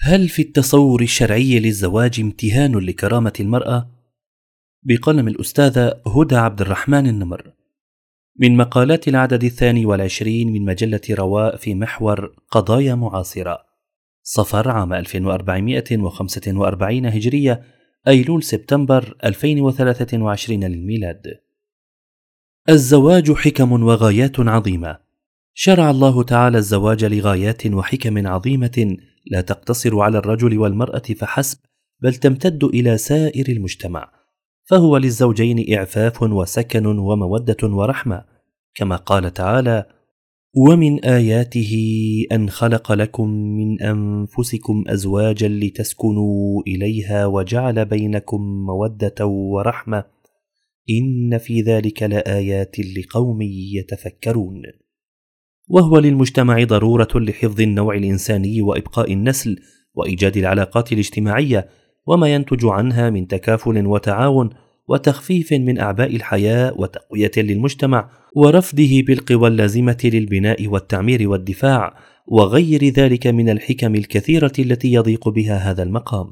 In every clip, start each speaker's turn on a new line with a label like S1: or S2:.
S1: هل في التصور الشرعي للزواج امتهان لكرامة المرأة؟ بقلم الأستاذة هدى عبد الرحمن النمر، من مقالات العدد 22 من مجلة رواء في محور قضايا معاصرة، صفر عام 1445 هجرية، أيلول سبتمبر 2023 للميلاد. الزواج حكم وغايات عظيمة. شرع الله تعالى الزواج لغايات وحكم عظيمة لا تقتصر على الرجل والمرأة فحسب، بل تمتد إلى سائر المجتمع، فهو للزوجين إعفاف وسكن ومودة ورحمة، كما قال تعالى: ومن آياته أن خلق لكم من أنفسكم أزواجا لتسكنوا إليها وجعل بينكم مودة ورحمة إن في ذلك لآيات لقوم يتفكرون. وهو للمجتمع ضرورة لحفظ النوع الإنساني وإبقاء النسل وإيجاد العلاقات الاجتماعية وما ينتج عنها من تكافل وتعاون وتخفيف من أعباء الحياة وتقوية للمجتمع ورفضه بالقوى اللازمة للبناء والتعمير والدفاع وغير ذلك من الحكم الكثيرة التي يضيق بها هذا المقام.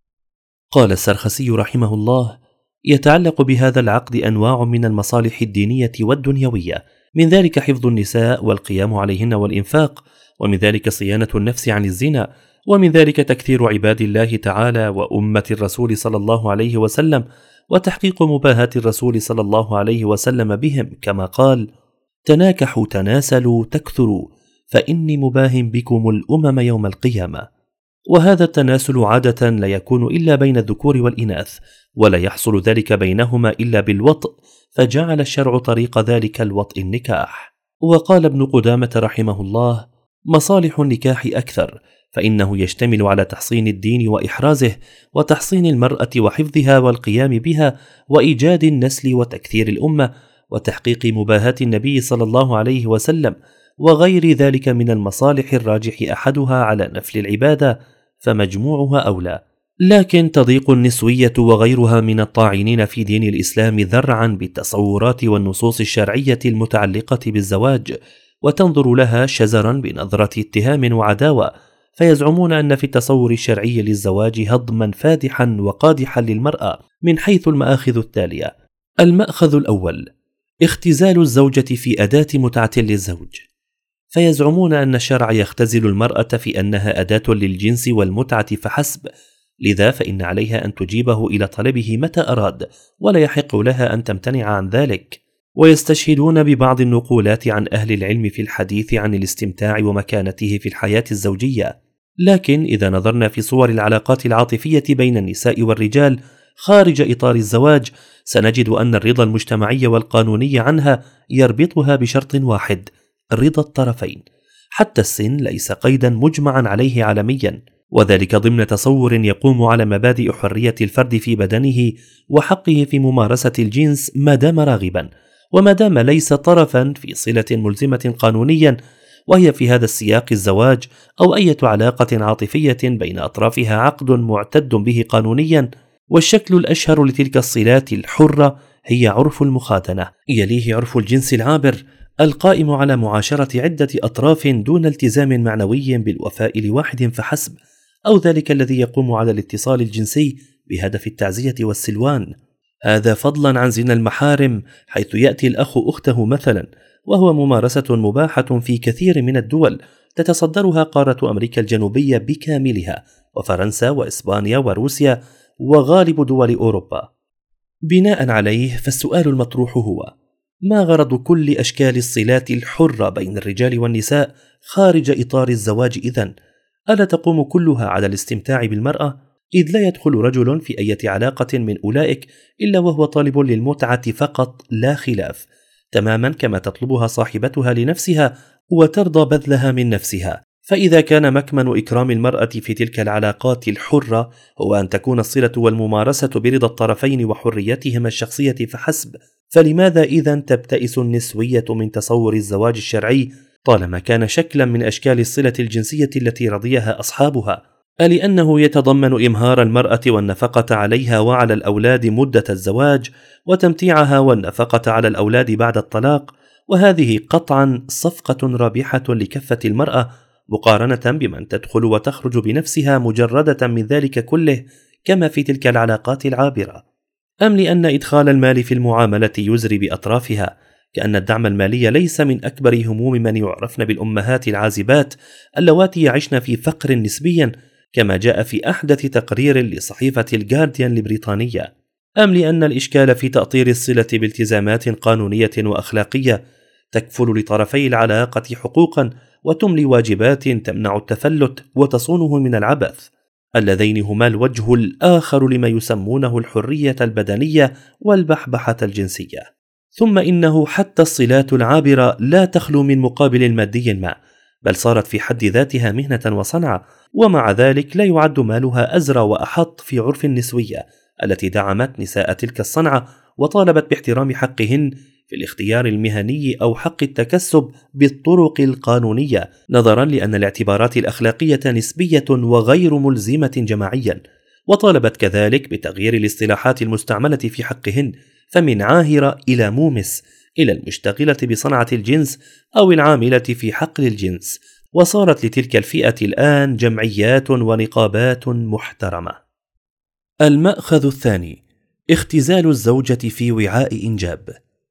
S1: قال السرخسي رحمه الله: يتعلق بهذا العقد أنواع من المصالح الدينية والدنيوية، من ذلك حفظ النساء والقيام عليهن والإنفاق، ومن ذلك صيانة النفس عن الزنا، ومن ذلك تكثير عباد الله تعالى وأمة الرسول صلى الله عليه وسلم، وتحقيق مباهاة الرسول صلى الله عليه وسلم بهم، كما قال: تناكحوا تناسلوا تكثروا فإني مباه بكم الأمم يوم القيامة. وهذا التناسل عادة لا يكون إلا بين الذكور والإناث، ولا يحصل ذلك بينهما إلا بالوطء، فجعل الشرع طريق ذلك الوطء النكاح. وقال ابن قدامة رحمه الله: مصالح النكاح أكثر، فإنه يشتمل على تحصين الدين وإحرازه، وتحصين المرأة وحفظها والقيام بها، وإيجاد النسل وتكثير الأمة، وتحقيق مباهاة النبي صلى الله عليه وسلم، وغير ذلك من المصالح الراجح أحدها على نفل العبادة، فمجموعها أولى. لكن تضيق النسوية وغيرها من الطاعنين في دين الإسلام ذرعا بالتصورات والنصوص الشرعية المتعلقة بالزواج، وتنظر لها شزرا بنظرة اتهام وعداوة، فيزعمون أن في التصور الشرعي للزواج هضما فادحا وقادحا للمرأة من حيث المآخذ التالية. المأخذ الأول: اختزال الزوجة في أداة متعة للزوج، فيزعمون أن الشرع يختزل المرأة في أنها أداة للجنس والمتعة فحسب، لذا فإن عليها أن تجيبه إلى طلبه متى أراد، ولا يحق لها أن تمتنع عن ذلك. ويستشهدون ببعض النقولات عن أهل العلم في الحديث عن الاستمتاع ومكانته في الحياة الزوجية. لكن إذا نظرنا في صور العلاقات العاطفية بين النساء والرجال خارج إطار الزواج، سنجد أن الرضا المجتمعي والقانوني عنها يربطها بشرط واحد: رضا الطرفين، حتى السن ليس قيدا مجمعا عليه عالميا، وذلك ضمن تصور يقوم على مبادئ حرية الفرد في بدنه وحقه في ممارسة الجنس ما دام راغبا، وما دام ليس طرفا في صلة ملزمة قانونيا، وهي في هذا السياق الزواج أو أي علاقة عاطفية بين أطرافها عقد معتد به قانونيا. والشكل الأشهر لتلك الصلات الحرة هي عرف المخاتنة، يليه عرف الجنس العابر القائم على معاشرة عدة أطراف دون التزام معنوي بالوفاء لواحد فحسب، أو ذلك الذي يقوم على الاتصال الجنسي بهدف التعزية والسلوان، هذا فضلا عن زنا المحارم، حيث يأتي الأخ أخته مثلا، وهو ممارسة مباحة في كثير من الدول تتصدرها قارة أمريكا الجنوبية بكاملها، وفرنسا وإسبانيا وروسيا وغالب دول أوروبا. بناء عليه فالسؤال المطروح هو: ما غرض كل أشكال الصلات الحرة بين الرجال والنساء خارج إطار الزواج إذن؟ ألا تقوم كلها على الاستمتاع بالمرأة؟ إذ لا يدخل رجل في أي علاقة من أولئك إلا وهو طالب للمتعة فقط لا خلاف، تماما كما تطلبها صاحبتها لنفسها وترضى بذلها من نفسها. فإذا كان مكمن إكرام المرأة في تلك العلاقات الحرة هو أن تكون الصلة والممارسة برضا الطرفين وحريتهما الشخصية فحسب، فلماذا إذن تبتئس النسوية من تصور الزواج الشرعي طالما كان شكلا من أشكال الصلة الجنسية التي رضيها أصحابها؟ ألأنه يتضمن إمهار المرأة والنفقة عليها وعلى الأولاد مدة الزواج، وتمتيعها والنفقة على الأولاد بعد الطلاق، وهذه قطعا صفقة رابحة لكفة المرأة مقارنة بمن تدخل وتخرج بنفسها مجردة من ذلك كله كما في تلك العلاقات العابرة؟ أم لأن إدخال المال في المعاملة يزري بأطرافها، كأن الدعم المالي ليس من أكبر هموم من يعرفن بالأمهات العازبات اللواتي يعشن في فقر نسبيا كما جاء في أحدث تقرير لصحيفة الجارديان البريطانية؟ أم لأن الإشكال في تأطير الصلة بالتزامات قانونية وأخلاقية تكفل لطرفي العلاقة حقوقا وتملي واجبات تمنع التفلت وتصونه من العبث، اللذين هما الوجه الآخر لما يسمونه الحرية البدنية والبحبحة الجنسية. ثم إنه حتى الصلات العابرة لا تخلو من مقابل مادي ما، بل صارت في حد ذاتها مهنة وصنعة، ومع ذلك لا يعد مالها أزرى وأحط في عرف النسوية التي دعمت نساء تلك الصنعة وطالبت باحترام حقهن في الاختيار المهني أو حق التكسب بالطرق القانونية، نظرا لأن الاعتبارات الأخلاقية نسبية وغير ملزمة جماعيا، وطالبت كذلك بتغيير الاصطلاحات المستعملة في حقهن، فمن عاهرة إلى مومس، إلى المشتغلة بصنعة الجنس أو العاملة في حقل الجنس، وصارت لتلك الفئة الآن جمعيات ونقابات محترمة. المأخذ الثاني: اختزال الزوجة في وعاء إنجاب.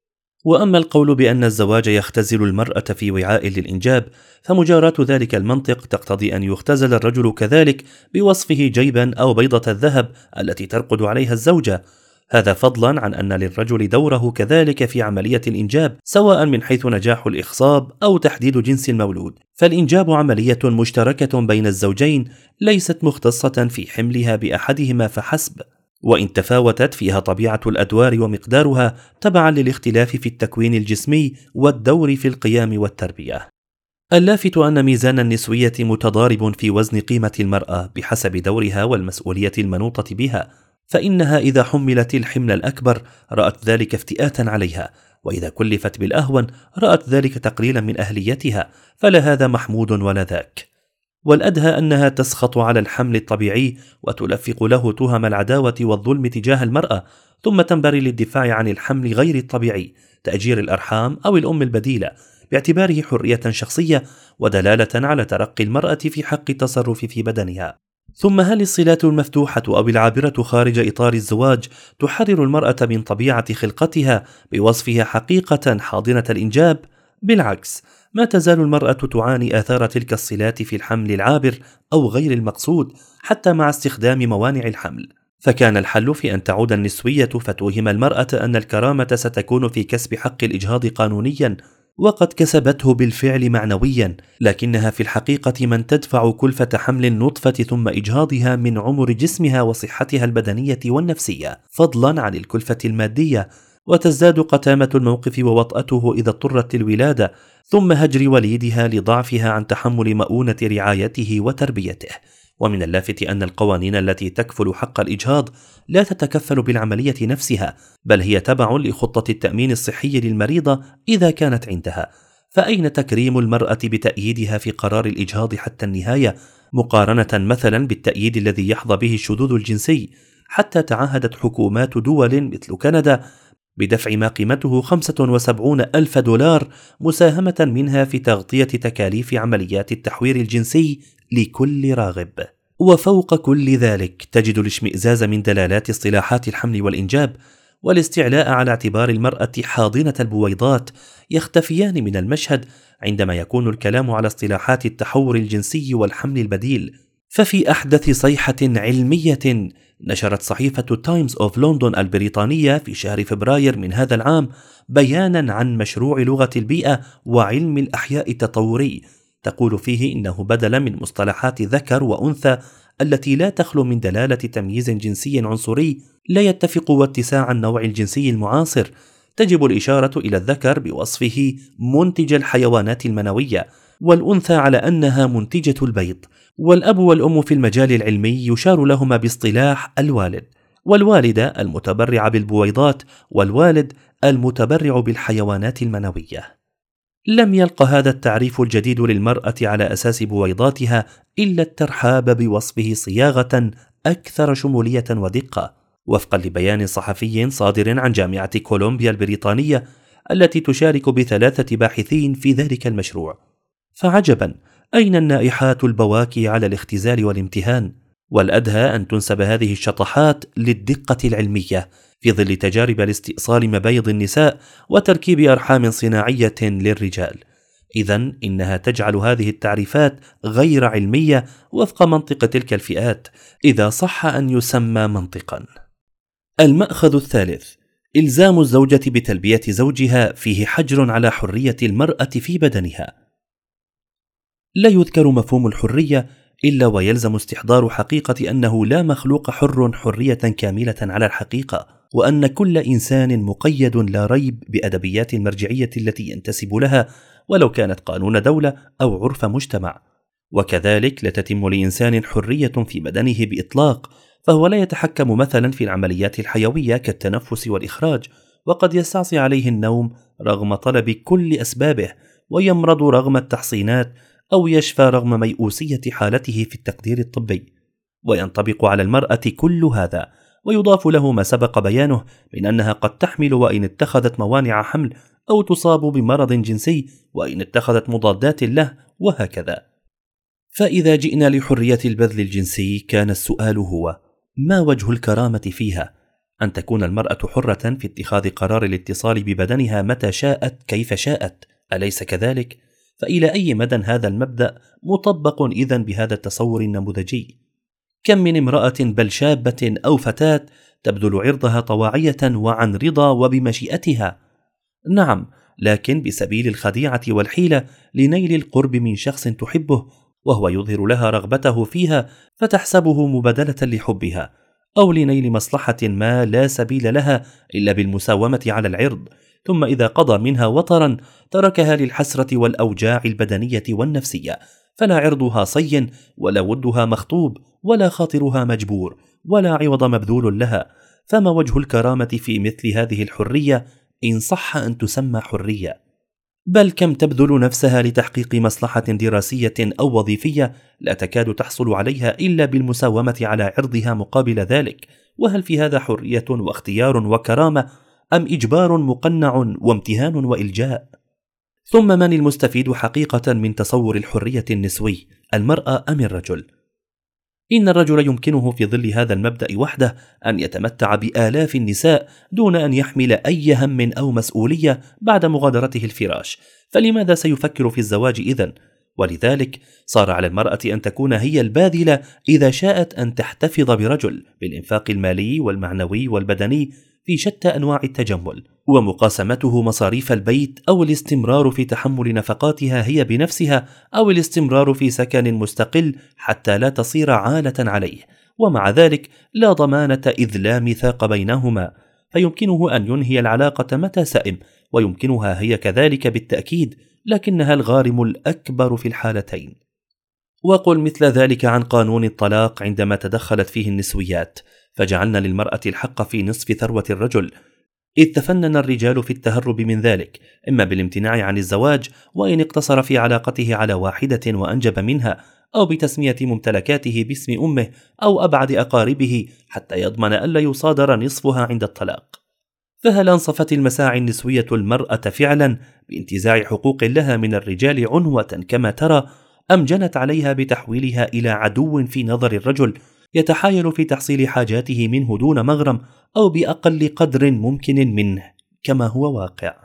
S1: وأما القول بأن الزواج يختزل المرأة في وعاء للإنجاب، فمجاراة ذلك المنطق تقتضي أن يختزل الرجل كذلك بوصفه جيبا أو بيضة الذهب التي ترقد عليها الزوجة، هذا فضلا عن أن للرجل دوره كذلك في عملية الإنجاب، سواء من حيث نجاح الإخصاب أو تحديد جنس المولود، فالإنجاب عملية مشتركة بين الزوجين ليست مختصة في حملها بأحدهما فحسب، وإن تفاوتت فيها طبيعة الأدوار ومقدارها تبعا للاختلاف في التكوين الجسمي والدور في القيام والتربية. اللافت أن ميزان النسوية متضارب في وزن قيمة المرأة بحسب دورها والمسؤولية المنوطة بها، فإنها إذا حملت الحمل الأكبر رأت ذلك افتئاتا عليها، وإذا كلفت بالأهون رأت ذلك تقليلا من أهليتها، فلا هذا محمود ولا ذاك. والأدهى أنها تسخط على الحمل الطبيعي وتلفق له تهم العداوة والظلم تجاه المرأة، ثم تنبري للدفاع عن الحمل غير الطبيعي، تأجير الأرحام أو الأم البديلة، باعتباره حرية شخصية ودلالة على ترقي المرأة في حق التصرف في بدنها. ثم هل الصلات المفتوحة أو العابرة خارج إطار الزواج تحرر المرأة من طبيعة خلقتها بوصفها حقيقة حاضنة الإنجاب؟ بالعكس، ما تزال المرأة تعاني آثار تلك الصلات في الحمل العابر أو غير المقصود، حتى مع استخدام موانع الحمل. فكان الحل في أن تعود النسوية فتوهم المرأة أن الكرامة ستكون في كسب حق الإجهاض قانونيا، وقد كسبته بالفعل معنويا، لكنها في الحقيقة من تدفع كلفة حمل النطفة ثم إجهاضها من عمر جسمها وصحتها البدنية والنفسية، فضلا عن الكلفة المادية، وتزداد قتامة الموقف ووطأته إذا اضطرت للولادة، ثم هجر وليدها لضعفها عن تحمل مؤونة رعايته وتربيته. ومن اللافت أن القوانين التي تكفل حق الإجهاض لا تتكفل بالعملية نفسها، بل هي تبع لخطة التأمين الصحي للمريضة إذا كانت عندها، فأين تكريم المرأة بتأييدها في قرار الإجهاض حتى النهاية، مقارنة مثلا بالتأييد الذي يحظى به الشذوذ الجنسي؟ حتى تعهدت حكومات دول مثل كندا بدفع ما قيمته 75,000 دولار مساهمة منها في تغطية تكاليف عمليات التحوير الجنسي لكل راغب. وفوق كل ذلك تجد الاشمئزاز من دلالات اصطلاحات الحمل والإنجاب والاستعلاء على اعتبار المرأة حاضنة البويضات يختفيان من المشهد عندما يكون الكلام على اصطلاحات التحور الجنسي والحمل البديل. ففي أحدث صيحة علمية نشرت صحيفة تايمز أوف لندن البريطانية في شهر فبراير من هذا العام بيانا عن مشروع لغة البيئة وعلم الأحياء التطوري، تقول فيه إنه بدلا من مصطلحات ذكر وأنثى التي لا تخلو من دلالة تمييز جنسي عنصري لا يتفق واتساع النوع الجنسي المعاصر، تجب الإشارة إلى الذكر بوصفه منتج الحيوانات المنوية، والأنثى على أنها منتجة البيض، والأب والأم في المجال العلمي يشار لهما باصطلاح الوالد، والوالدة المتبرعة بالبويضات، والوالد المتبرع بالحيوانات المنوية. لم يلق هذا التعريف الجديد للمرأة على أساس بويضاتها إلا الترحاب بوصفه صياغة أكثر شمولية ودقة، وفقا لبيان صحفي صادر عن جامعة كولومبيا البريطانية التي تشارك ب3 باحثين في ذلك المشروع. فعجبا أين النائحات البواكي على الاختزال والامتهان؟ والأدهى أن تنسب هذه الشطحات للدقة العلمية في ظل تجارب لاستئصال مبايض النساء وتركيب أرحام صناعية للرجال. إذن إنها تجعل هذه التعريفات غير علمية وفق منطق تلك الفئات، إذا صح أن يسمى منطقا. المأخذ الثالث: إلزام الزوجة بتلبية زوجها فيه حجر على حرية المرأة في بدنها. لا يذكر مفهوم الحرية إلا ويلزم استحضار حقيقة أنه لا مخلوق حر حرية كاملة على الحقيقة، وأن كل إنسان مقيد لا ريب بأدبيات المرجعية التي ينتسب لها، ولو كانت قانون دولة أو عرف مجتمع. وكذلك لا تتم لإنسان حرية في بدنه بإطلاق، فهو لا يتحكم مثلا في العمليات الحيوية كالتنفس والإخراج، وقد يستعصي عليه النوم رغم طلب كل أسبابه، ويمرض رغم التحصينات، أو يشفى رغم ميؤوسية حالته في التقدير الطبي. وينطبق على المرأة كل هذا، ويضاف له ما سبق بيانه من أنها قد تحمل وإن اتخذت موانع حمل، أو تصاب بمرض جنسي وإن اتخذت مضادات له، وهكذا. فإذا جئنا لحرية البذل الجنسي، كان السؤال هو: ما وجه الكرامة فيها؟ أن تكون المرأة حرة في اتخاذ قرار الاتصال ببدنها متى شاءت كيف شاءت، أليس كذلك؟ فإلى أي مدى هذا المبدأ مطبق إذن بهذا التصور النموذجي؟ كم من امرأة بل شابة أو فتاة تبذل عرضها طواعية وعن رضا وبمشيئتها، نعم، لكن بسبيل الخديعة والحيلة لنيل القرب من شخص تحبه، وهو يظهر لها رغبته فيها فتحسبه مبادلة لحبها، أو لنيل مصلحة ما لا سبيل لها إلا بالمساومة على العرض، ثم إذا قضى منها وطرا تركها للحسرة والأوجاع البدنية والنفسية، فلا عرضها صين، ولا ودها مخطوب، ولا خاطرها مجبور، ولا عوض مبذول لها. فما وجه الكرامة في مثل هذه الحرية إن صح أن تسمى حرية؟ بل كم تبذل نفسها لتحقيق مصلحة دراسية أو وظيفية لا تكاد تحصل عليها إلا بالمساومة على عرضها مقابل ذلك. وهل في هذا حرية واختيار وكرامة، أم إجبار مقنع وامتهان وإلجاء؟ ثم من المستفيد حقيقة من تصور الحرية النسوي، المرأة أم الرجل؟ إن الرجل يمكنه في ظل هذا المبدأ وحده أن يتمتع بآلاف النساء دون أن يحمل أي هم أو مسؤولية بعد مغادرته الفراش، فلماذا سيفكر في الزواج إذن؟ ولذلك صار على المرأة أن تكون هي الباذلة إذا شاءت أن تحتفظ برجل بالإنفاق المالي والمعنوي والبدني في شتى أنواع التجمل، ومقاسمته مصاريف البيت، أو الاستمرار في تحمل نفقاتها هي بنفسها، أو الاستمرار في سكن مستقل حتى لا تصير عالة عليه. ومع ذلك لا ضمانة، إذ لا ميثاق بينهما، فيمكنه أن ينهي العلاقة متى سئم، ويمكنها هي كذلك بالتأكيد، لكنها الغارم الأكبر في الحالتين. وقل مثل ذلك عن قانون الطلاق عندما تدخلت فيه النسويات، فجعلنا للمرأة الحق في نصف ثروة الرجل، إذ تفنن الرجال في التهرب من ذلك، إما بالامتناع عن الزواج وإن اقتصر في علاقته على واحدة وأنجب منها، أو بتسمية ممتلكاته باسم أمه أو أبعد أقاربه حتى يضمن ألا يصادر نصفها عند الطلاق. فهل أنصفت المساعي النسوية المرأة فعلا بانتزاع حقوق لها من الرجال عنوة كما ترى، أم جنت عليها بتحويلها إلى عدو في نظر الرجل يتحايل في تحصيل حاجاته منه دون مغرم أو بأقل قدر ممكن منه كما هو واقع؟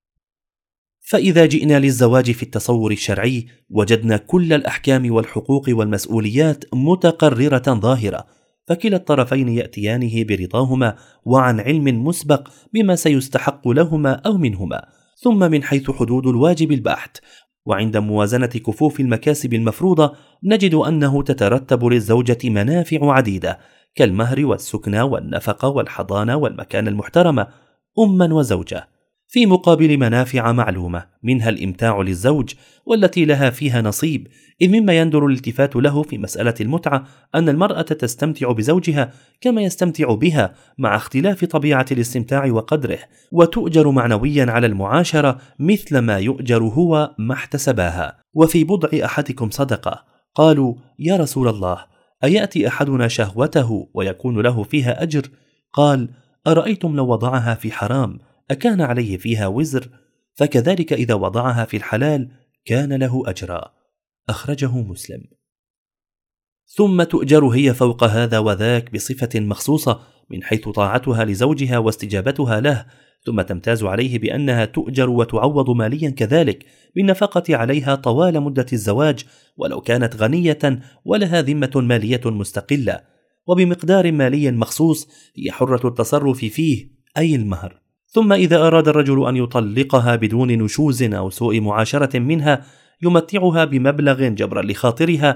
S1: فإذا جئنا للزواج في التصور الشرعي، وجدنا كل الأحكام والحقوق والمسؤوليات متقررة ظاهرة، فكلا الطرفين يأتيانه برضاهما وعن علم مسبق بما سيستحق لهما أو منهما، ثم من حيث حدود الواجب البحت، وعند موازنة كفوف المكاسب المفروضة، نجد أنه تترتب للزوجة منافع عديدة كالمهر والسكنى والنفقة والحضانة والمكانة المحترمة أما وزوجة، في مقابل منافع معلومة منها الإمتاع للزوج والتي لها فيها نصيب، إذ مما يندر الالتفات له في مسألة المتعة أن المرأة تستمتع بزوجها كما يستمتع بها، مع اختلاف طبيعة الاستمتاع وقدره، وتؤجر معنويا على المعاشرة مثل ما يؤجر هو ما احتسباها. وفي بضع أحدكم صدقة. قالوا: يا رسول الله، أيأتي أحدنا شهوته ويكون له فيها أجر؟ قال: أرأيتم لو وضعها في حرام أكان عليه فيها وزر؟ فكذلك إذا وضعها في الحلال كان له أجرا. أخرجه مسلم. ثم تؤجر هي فوق هذا وذاك بصفة مخصوصة من حيث طاعتها لزوجها واستجابتها له، ثم تمتاز عليه بأنها تؤجر وتعوض ماليا كذلك بالنفقة عليها طوال مدة الزواج ولو كانت غنية ولها ذمة مالية مستقلة، وبمقدار مالي مخصوص هي حرة التصرف فيه أي المهر. ثم إذا أراد الرجل أن يطلقها بدون نشوز أو سوء معاشرة منها يمتعها بمبلغ جبرا لخاطرها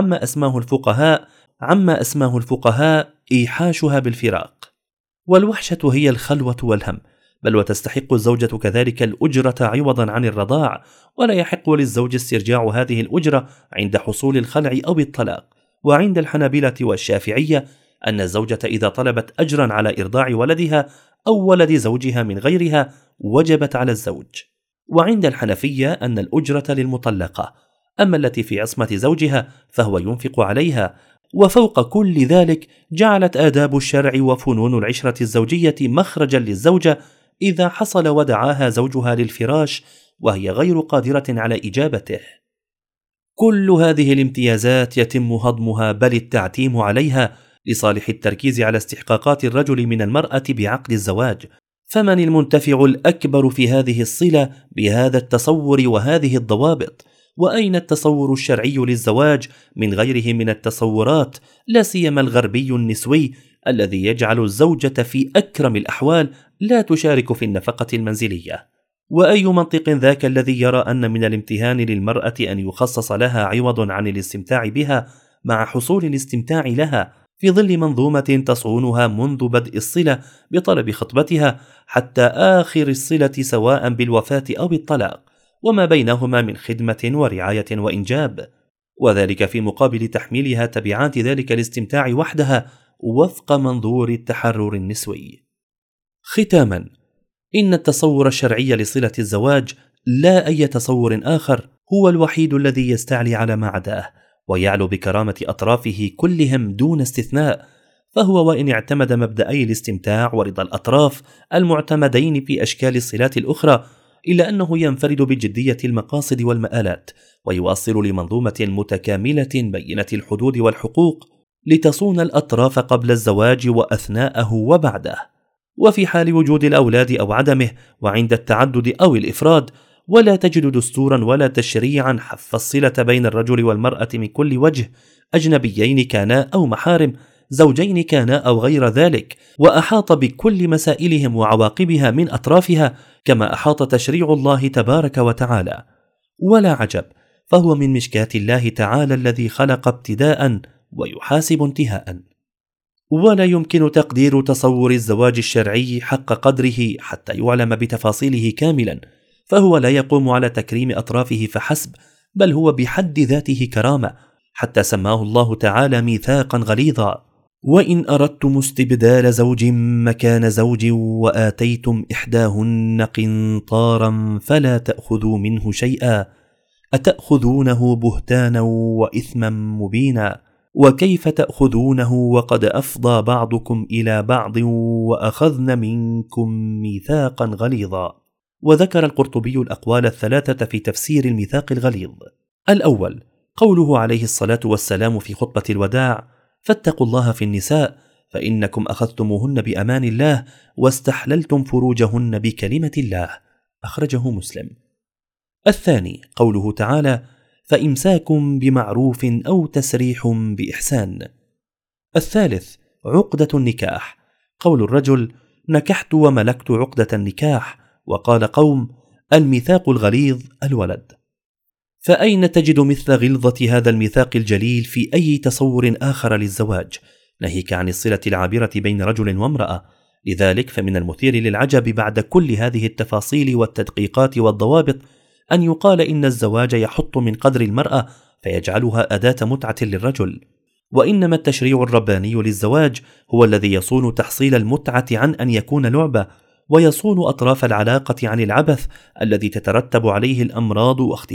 S1: عما أسماه الفقهاء إيحاشها بالفراق. والوحشة هي الخلوة والهم، بل وتستحق الزوجة كذلك الأجرة عوضا عن الرضاع، ولا يحق للزوج استرجاع هذه الأجرة عند حصول الخلع أو الطلاق. وعند الحنابلة والشافعية أن الزوجة إذا طلبت أجرا على إرضاع ولدها أو ولد زوجها من غيرها وجبت على الزوج. وعند الحنفية أن الأجرة للمطلقة، أما التي في عصمة زوجها فهو ينفق عليها. وفوق كل ذلك جعلت آداب الشرع وفنون العشرة الزوجية مخرجا للزوجة إذا حصل ودعاها زوجها للفراش وهي غير قادرة على إجابته. كل هذه الامتيازات يتم هضمها بل التعتيم عليها لصالح التركيز على استحقاقات الرجل من المرأة بعقد الزواج. فمن المنتفع الأكبر في هذه الصلة بهذا التصور وهذه الضوابط؟ وأين التصور الشرعي للزواج من غيره من التصورات، لا سيما الغربي النسوي الذي يجعل الزوجة في أكرم الأحوال لا تشارك في النفقة المنزلية؟ وأي منطق ذاك الذي يرى أن من الامتهان للمرأة أن يخصص لها عوض عن الاستمتاع بها مع حصول الاستمتاع لها في ظل منظومة تصونها منذ بدء الصلة بطلب خطبتها حتى آخر الصلة سواء بالوفاة أو بالطلاق وما بينهما من خدمة ورعاية وإنجاب، وذلك في مقابل تحميلها تبعات ذلك الاستمتاع وحدها وفق منظور التحرر النسوي. ختاما، إن التصور الشرعي لصلة الزواج لا أي تصور آخر هو الوحيد الذي يستعلي على ما عداه ويعلو بكرامة أطرافه كلهم دون استثناء، فهو وإن اعتمد مبدأي الاستمتاع ورضا الأطراف المعتمدين في أشكال الصلات الأخرى، إلا أنه ينفرد بجدية المقاصد والمآلات ويوصل لمنظومة متكاملة بينة الحدود والحقوق لتصون الأطراف قبل الزواج وأثناءه وبعده، وفي حال وجود الأولاد أو عدمه، وعند التعدد أو الإفراد. ولا تجد دستورا ولا تشريعا حف الصلة بين الرجل والمرأة من كل وجه، أجنبيين كانا أو محارم، زوجين كانا أو غير ذلك، وأحاط بكل مسائلهم وعواقبها من أطرافها كما أحاط تشريع الله تبارك وتعالى. ولا عجب، فهو من مشكاة الله تعالى الذي خلق ابتداء ويحاسب انتهاء. ولا يمكن تقدير تصور الزواج الشرعي حق قدره حتى يعلم بتفاصيله كاملا، فهو لا يقوم على تكريم أطرافه فحسب، بل هو بحد ذاته كرامة، حتى سماه الله تعالى ميثاقا غليظا: وإن أردتم استبدال زوج مكان زوج وآتيتم إحداهن قنطارا فلا تأخذوا منه شيئا أتأخذونه بهتانا وإثما مبينا وكيف تأخذونه وقد أفضى بعضكم إلى بعض وأخذن منكم ميثاقا غليظا. وذكر القرطبي الأقوال الثلاثة في تفسير الميثاق الغليظ. الأول قوله عليه الصلاة والسلام في خطبة الوداع: فاتقوا الله في النساء فإنكم أخذتموهن بأمان الله واستحللتم فروجهن بكلمة الله، أخرجه مسلم. الثاني قوله تعالى: فإمساك بمعروف أو تسريح بإحسان. الثالث عقدة النكاح، قول الرجل: نكحت وملكت عقدة النكاح، وقال قوم: الميثاق الغليظ الولد. فأين تجد مثل غلظة هذا الميثاق الجليل في أي تصور آخر للزواج، ناهيك عن الصلة العابرة بين رجل وامرأة؟ لذلك فمن المثير للعجب بعد كل هذه التفاصيل والتدقيقات والضوابط أن يقال إن الزواج يحط من قدر المرأة فيجعلها أداة متعة للرجل، وإنما التشريع الرباني للزواج هو الذي يصون تحصيل المتعة عن أن يكون لعبة، ويصون أطراف العلاقة عن العبث الذي تترتب عليه الأمراض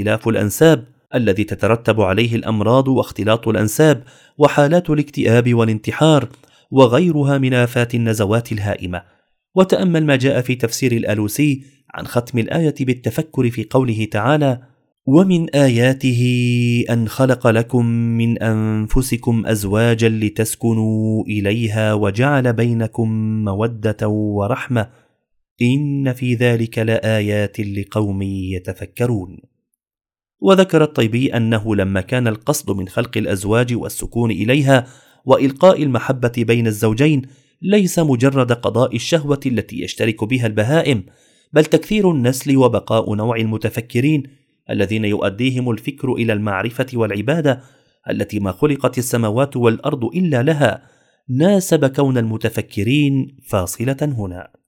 S1: واختلاط الأنساب وحالات الاكتئاب والانتحار وغيرها من آفات النزوات الهائمة. وتأمل ما جاء في تفسير الألوسي عن ختم الآية بالتفكر في قوله تعالى: ومن آياته أن خلق لكم من أنفسكم أزواجا لتسكنوا إليها وجعل بينكم مودة ورحمة إن في ذلك لآيات لقوم يتفكرون. وذكر الطيبي أنه لما كان القصد من خلق الأزواج والسكون إليها وإلقاء المحبة بين الزوجين ليس مجرد قضاء الشهوة التي يشترك بها البهائم، بل تكثير النسل وبقاء نوع المتفكرين الذين يؤديهم الفكر إلى المعرفة والعبادة التي ما خلقت السماوات والأرض إلا لها، ناسب كون المتفكرين فاصلة هنا.